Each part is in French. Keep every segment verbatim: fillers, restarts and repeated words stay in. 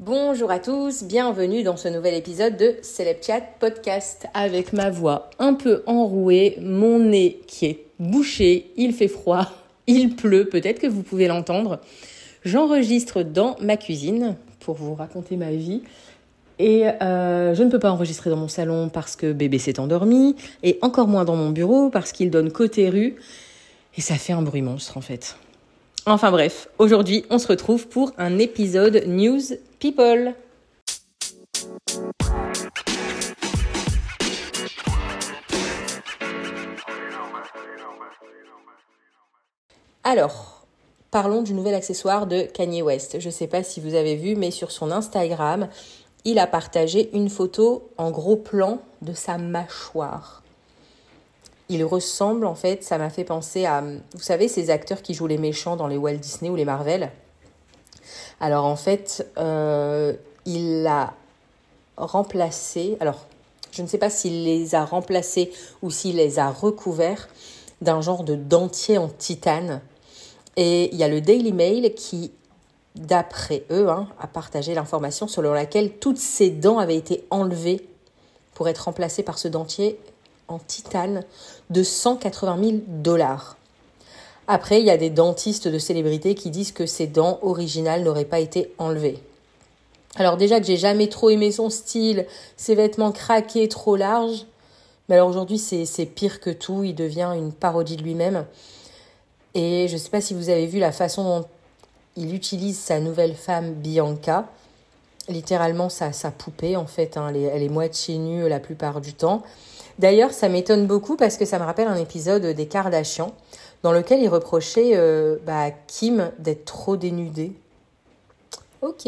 Bonjour à tous, bienvenue dans ce nouvel épisode de Celeb-Chat Podcast. Avec ma voix un peu enrouée, mon nez qui est bouché, il fait froid, il pleut, peut-être que vous pouvez l'entendre. J'enregistre dans ma cuisine pour vous raconter ma vie. Et euh, je ne peux pas enregistrer dans mon salon parce que bébé s'est endormi, et encore moins dans mon bureau parce qu'il donne côté rue. Et ça fait un bruit monstre en fait. Enfin bref, aujourd'hui on se retrouve pour un épisode News People. Alors, parlons du nouvel accessoire de Kanye West. Je ne sais pas si vous avez vu, mais sur son Instagram, il a partagé une photo en gros plan de sa mâchoire. Il ressemble, en fait, ça m'a fait penser à, vous savez, ces acteurs qui jouent les méchants dans les Walt Disney ou les Marvel. Alors, en fait, euh, il l'a remplacé, alors, je ne sais pas s'il les a remplacés ou s'il les a recouverts d'un genre de dentier en titane. Et il y a le Daily Mail qui, d'après eux, hein, a partagé l'information selon laquelle toutes ces dents avaient été enlevées pour être remplacées par ce dentier en titane de cent quatre-vingt mille dollars. Après, il y a des dentistes de célébrités qui disent que ces dents originales n'auraient pas été enlevées. Alors déjà que j'ai jamais trop aimé son style, ses vêtements craqués trop larges, mais alors aujourd'hui c'est, c'est pire que tout, il devient une parodie de lui-même. Et je ne sais pas si vous avez vu la façon dont il utilise sa nouvelle femme Bianca, littéralement sa, sa poupée en fait, hein, elle, est, elle est moitié nue la plupart du temps. D'ailleurs, ça m'étonne beaucoup parce que ça me rappelle un épisode des Kardashians dans lequel il reprochait euh, bah, à Kim d'être trop dénudée. Ok.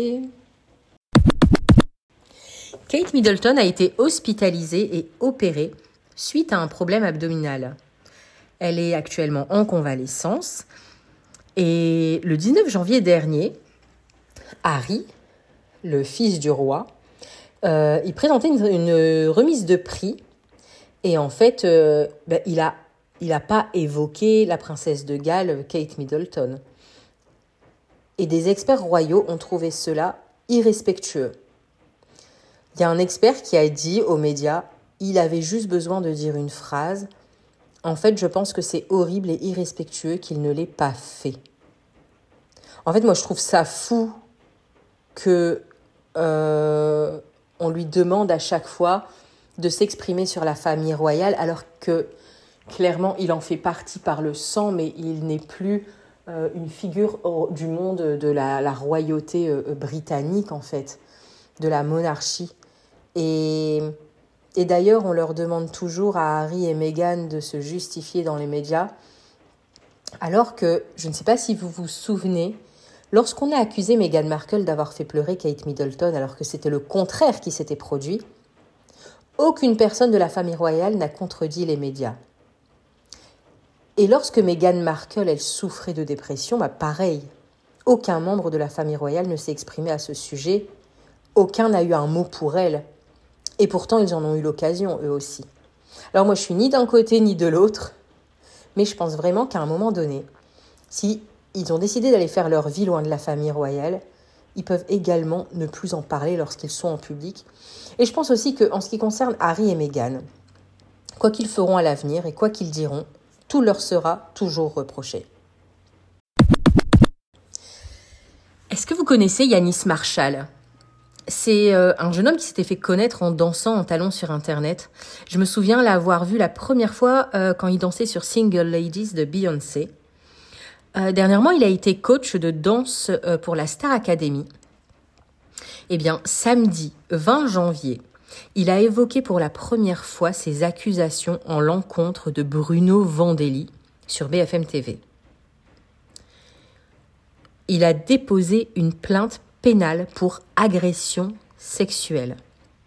Kate Middleton a été hospitalisée et opérée suite à un problème abdominal. Elle est actuellement en convalescence et le dix-neuf janvier dernier, Harry, le fils du roi, euh, il présentait une, une remise de prix. Et en fait, euh, ben, il a, il a pas évoqué la princesse de Galles, Kate Middleton. Et des experts royaux ont trouvé cela irrespectueux. Il y a un expert qui a dit aux médias, il avait juste besoin de dire une phrase. En fait, je pense que c'est horrible et irrespectueux qu'il ne l'ait pas fait. En fait, moi, je trouve ça fou que euh, on lui demande à chaque fois de s'exprimer sur la famille royale, alors que clairement il en fait partie par le sang, mais il n'est plus euh, une figure du monde de la, la royauté euh, britannique en fait, de la monarchie. Et, et d'ailleurs on leur demande toujours à Harry et Meghan de se justifier dans les médias, alors que, je ne sais pas si vous vous souvenez, lorsqu'on a accusé Meghan Markle d'avoir fait pleurer Kate Middleton alors que c'était le contraire qui s'était produit, aucune personne de la famille royale n'a contredit les médias. Et lorsque Meghan Markle, elle souffrait de dépression, bah pareil, aucun membre de la famille royale ne s'est exprimé à ce sujet, aucun n'a eu un mot pour elle. Et pourtant, ils en ont eu l'occasion, eux aussi. Alors moi, je suis ni d'un côté ni de l'autre, mais je pense vraiment qu'à un moment donné, si ils ont décidé d'aller faire leur vie loin de la famille royale, ils peuvent également ne plus en parler lorsqu'ils sont en public. Et je pense aussi qu'en ce qui concerne Harry et Meghan, quoi qu'ils feront à l'avenir et quoi qu'ils diront, tout leur sera toujours reproché. Est-ce que vous connaissez Yannis Marshall ? C'est euh, un jeune homme qui s'était fait connaître en dansant en talons sur Internet. Je me souviens l'avoir vu la première fois euh, quand il dansait sur Single Ladies de Beyoncé. Euh, dernièrement, il a été coach de danse euh, pour la Star Academy. Eh bien, samedi vingt janvier, il a évoqué pour la première fois ses accusations en l'encontre de Bruno Vandelli sur B F M T V. Il a déposé une plainte pénale pour agression sexuelle.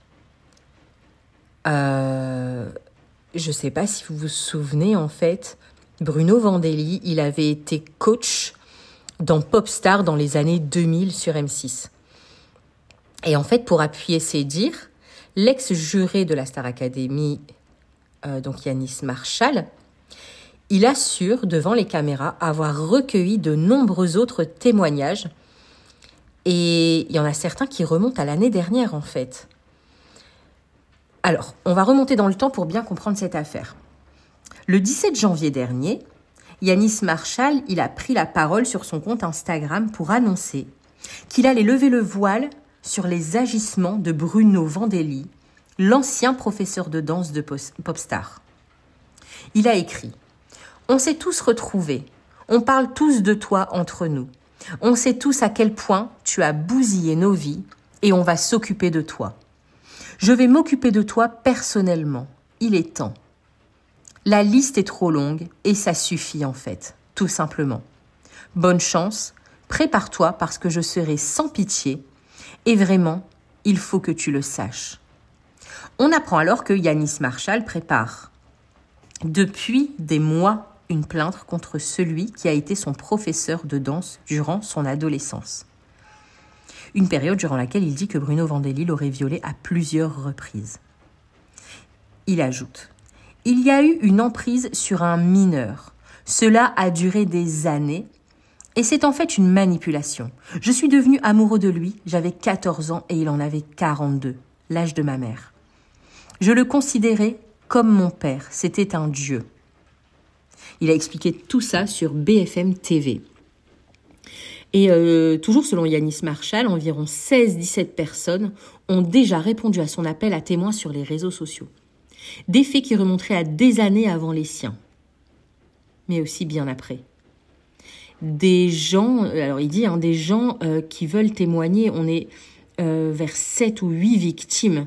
Euh, je ne sais pas si vous vous souvenez, en fait, Bruno Vandelli, il avait été coach dans Popstar dans les années deux mille sur M six. Et en fait, pour appuyer ses dires, l'ex-juré de la Star Academy, euh, donc Yannis Marshall, il assure devant les caméras avoir recueilli de nombreux autres témoignages Et il y en a certains qui remontent à l'année dernière, en fait. Alors, on va remonter dans le temps pour bien comprendre cette affaire. Le dix-sept janvier dernier, Yanis Marshall, il a pris la parole sur son compte Instagram pour annoncer qu'il allait lever le voile sur les agissements de Bruno Vandelli, l'ancien professeur de danse de Popstar. Il a écrit « On s'est tous retrouvés, on parle tous de toi entre nous. On sait tous à quel point tu as bousillé nos vies et on va s'occuper de toi. Je vais m'occuper de toi personnellement. Il est temps. La liste est trop longue et ça suffit en fait, tout simplement. Bonne chance, prépare-toi parce que je serai sans pitié et vraiment, il faut que tu le saches. » On apprend alors que Yanis Marshall prépare depuis des mois une plainte contre celui qui a été son professeur de danse durant son adolescence. Une période durant laquelle il dit que Bruno Vandelli l'aurait violé à plusieurs reprises. Il ajoute « Il y a eu une emprise sur un mineur. Cela a duré des années et c'est en fait une manipulation. Je suis devenu amoureux de lui, j'avais quatorze ans et il en avait quarante-deux, l'âge de ma mère. Je le considérais comme mon père, c'était un dieu. » Il a expliqué tout ça sur B F M T V. Et euh, toujours selon Yanis Marshall, environ seize à dix-sept personnes ont déjà répondu à son appel à témoins sur les réseaux sociaux. Des faits qui remonteraient à des années avant les siens, mais aussi bien après. Des gens, alors il dit, hein, des gens euh, qui veulent témoigner, on est euh, vers sept ou huit victimes.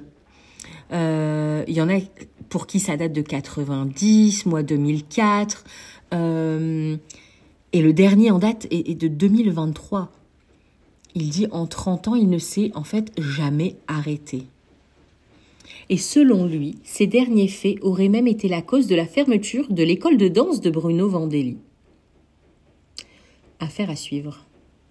Euh, il y en a pour qui ça date de quatre-vingt-dix, moi deux mille quatre, euh, et le dernier en date est, est de deux mille vingt-trois. Il dit en trente ans, il ne s'est en fait jamais arrêté. Et selon lui, ces derniers faits auraient même été la cause de la fermeture de l'école de danse de Bruno Vandelli. Affaire à suivre.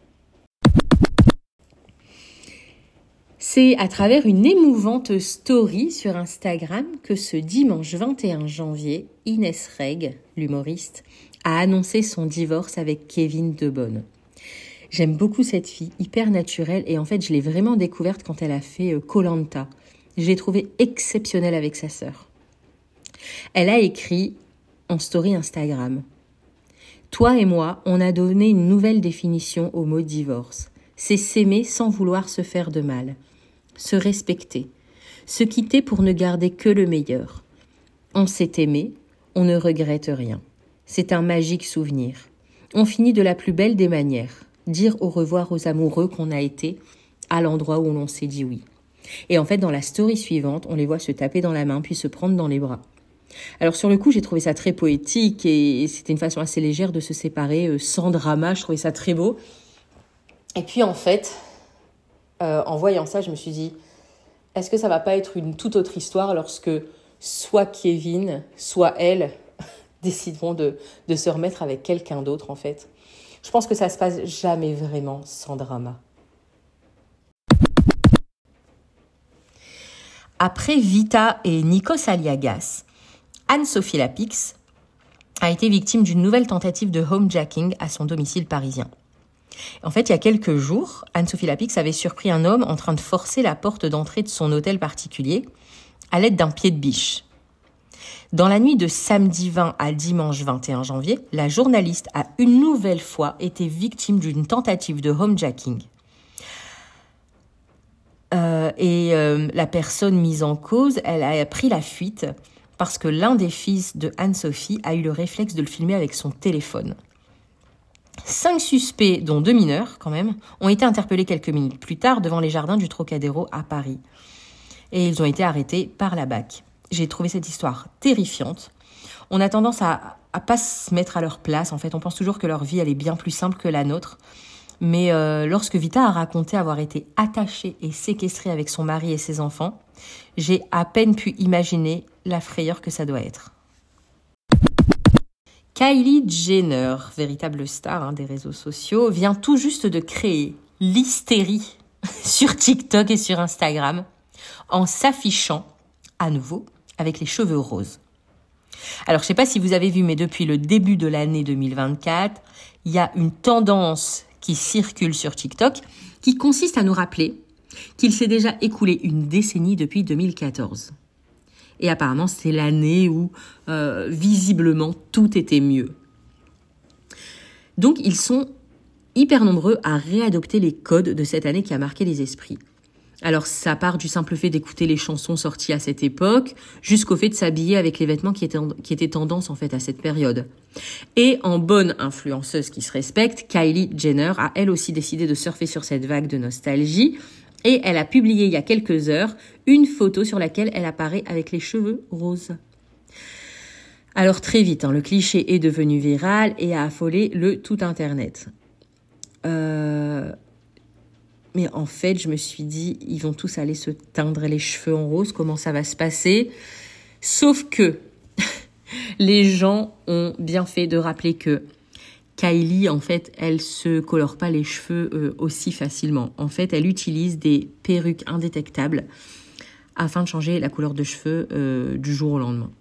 C'est à travers une émouvante story sur Instagram que ce dimanche vingt et un janvier, Inès Reg, l'humoriste, a annoncé son divorce avec Kevin Debonne. J'aime beaucoup cette fille, hyper naturelle, et en fait, je l'ai vraiment découverte quand elle a fait koh lanta. Je l'ai trouvée exceptionnelle avec sa sœur. Elle a écrit en story Instagram « Toi et moi, on a donné une nouvelle définition au mot divorce. C'est s'aimer sans vouloir se faire de mal. Se respecter. Se quitter pour ne garder que le meilleur. On s'est aimé, on ne regrette rien. C'est un magique souvenir. On finit de la plus belle des manières. Dire au revoir aux amoureux qu'on a été à l'endroit où l'on s'est dit oui. » Et en fait, dans la story suivante, on les voit se taper dans la main puis se prendre dans les bras. Alors sur le coup, j'ai trouvé ça très poétique et c'était une façon assez légère de se séparer euh, sans drama. Je trouvais ça très beau. Et puis en fait, euh, en voyant ça, je me suis dit, est-ce que ça va pas être une toute autre histoire lorsque soit Kevin, soit elle décideront de, de se remettre avec quelqu'un d'autre en fait. Je pense que ça se passe jamais vraiment sans drama. Après Vita et Nikos Aliagas, Anne-Sophie Lapix a été victime d'une nouvelle tentative de homejacking à son domicile parisien. En fait, il y a quelques jours, Anne-Sophie Lapix avait surpris un homme en train de forcer la porte d'entrée de son hôtel particulier à l'aide d'un pied de biche. Dans la nuit de samedi vingt à dimanche vingt et un janvier, la journaliste a une nouvelle fois été victime d'une tentative de homejacking. Euh, et euh, la personne mise en cause, elle a pris la fuite parce que l'un des fils de Anne-Sophie a eu le réflexe de le filmer avec son téléphone. Cinq suspects, dont deux mineurs quand même, ont été interpellés quelques minutes plus tard devant les jardins du Trocadéro à Paris. Et ils ont été arrêtés par la B A C. J'ai trouvé cette histoire terrifiante. On a tendance à, à pas se mettre à leur place. En fait, on pense toujours que leur vie, elle est bien plus simple que la nôtre. Mais euh, lorsque Vita a raconté avoir été attachée et séquestrée avec son mari et ses enfants, j'ai à peine pu imaginer la frayeur que ça doit être. Kylie Jenner, véritable star hein, des réseaux sociaux, vient tout juste de créer l'hystérie sur TikTok et sur Instagram en s'affichant à nouveau avec les cheveux roses. Alors, je ne sais pas si vous avez vu, mais depuis le début de l'année deux mille vingt-quatre, il y a une tendance qui circule sur TikTok, qui consiste à nous rappeler qu'il s'est déjà écoulé une décennie depuis deux mille quatorze. Et apparemment, c'est l'année où, euh, visiblement, tout était mieux. Donc, ils sont hyper nombreux à réadopter les codes de cette année qui a marqué les esprits. Alors, ça part du simple fait d'écouter les chansons sorties à cette époque, jusqu'au fait de s'habiller avec les vêtements qui étaient, qui étaient tendance, en fait, à cette période. Et en bonne influenceuse qui se respecte, Kylie Jenner a elle aussi décidé de surfer sur cette vague de nostalgie. Et elle a publié il y a quelques heures une photo sur laquelle elle apparaît avec les cheveux roses. Alors très vite, hein, le cliché est devenu viral et a affolé le tout Internet. Euh... Mais en fait, je me suis dit, ils vont tous aller se teindre les cheveux en rose, comment ça va se passer? Sauf que les gens ont bien fait de rappeler que Kylie, en fait, elle se colore pas les cheveux euh, aussi facilement. En fait, elle utilise des perruques indétectables afin de changer la couleur de cheveux euh, du jour au lendemain.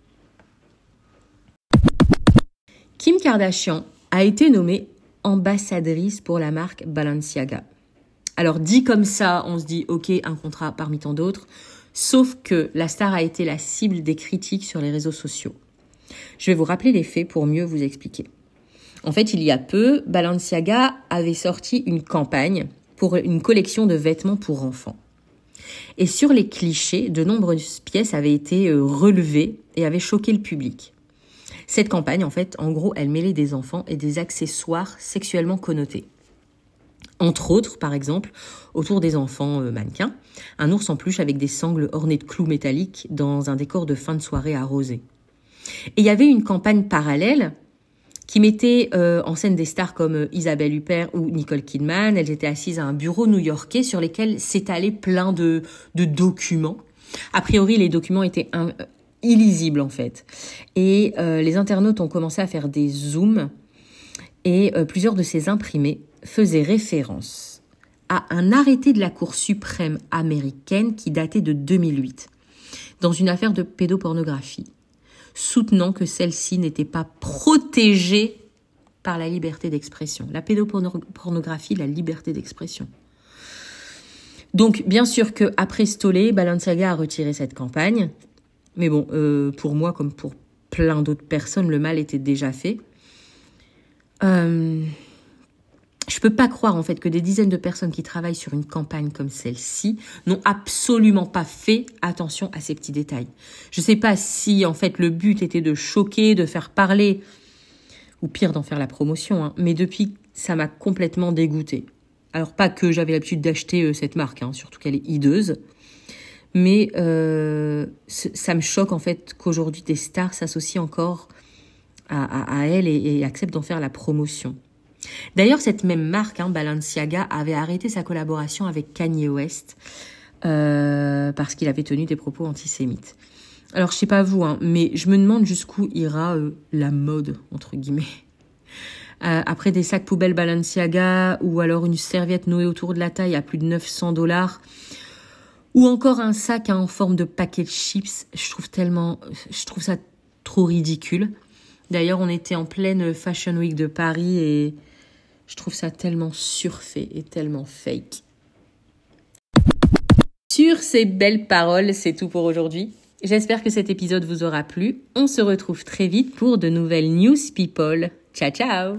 Kim Kardashian a été nommée ambassadrice pour la marque Balenciaga. Alors, dit comme ça, on se dit, ok, un contrat parmi tant d'autres, sauf que la star a été la cible des critiques sur les réseaux sociaux. Je vais vous rappeler les faits pour mieux vous expliquer. En fait, il y a peu, Balenciaga avait sorti une campagne pour une collection de vêtements pour enfants. Et sur les clichés, de nombreuses pièces avaient été relevées et avaient choqué le public. Cette campagne, en fait, en gros, elle mêlait des enfants et des accessoires sexuellement connotés. Entre autres, par exemple, autour des enfants euh, mannequins, un ours en peluche avec des sangles ornées de clous métalliques dans un décor de fin de soirée arrosé. Et il y avait une campagne parallèle qui mettait euh, en scène des stars comme euh, Isabelle Huppert ou Nicole Kidman. Elles étaient assises à un bureau new-yorkais sur lesquels s'étalaient plein de, de documents. A priori, les documents étaient un, euh, illisibles en fait. Et euh, les internautes ont commencé à faire des zooms et euh, plusieurs de ces imprimés faisaient référence à un arrêté de la Cour suprême américaine qui datait de deux mille huit, dans une affaire de pédopornographie, soutenant que celle-ci n'était pas protégée par la liberté d'expression. La pédopornographie, la liberté d'expression. Donc, bien sûr qu'après ce tollé, Balenciaga a retiré cette campagne. Mais bon, euh, pour moi, comme pour plein d'autres personnes, le mal était déjà fait. Euh, je peux pas croire, en fait, que des dizaines de personnes qui travaillent sur une campagne comme celle-ci n'ont absolument pas fait attention à ces petits détails. Je sais pas si, en fait, le but était de choquer, de faire parler, ou pire, d'en faire la promotion, hein, mais depuis, ça m'a complètement dégoûtée. Alors, pas que j'avais l'habitude d'acheter euh, cette marque, hein, surtout qu'elle est hideuse, mais euh, ça me choque, en fait, qu'aujourd'hui, des stars s'associent encore à, à, à elle et, et acceptent d'en faire la promotion. D'ailleurs, cette même marque, hein, Balenciaga, avait arrêté sa collaboration avec Kanye West euh, parce qu'il avait tenu des propos antisémites. Alors, je sais pas vous, hein, mais je me demande jusqu'où ira euh, la mode, entre guillemets. Euh, après des sacs poubelles Balenciaga ou alors une serviette nouée autour de la taille à plus de neuf cents dollars ou encore un sac hein, en forme de paquet de chips, je trouve tellement, je trouve ça trop ridicule. D'ailleurs, on était en pleine Fashion Week de Paris et je trouve ça tellement surfait et tellement fake. Sur ces belles paroles, c'est tout pour aujourd'hui. J'espère que cet épisode vous aura plu. On se retrouve très vite pour de nouvelles news people. Ciao, ciao!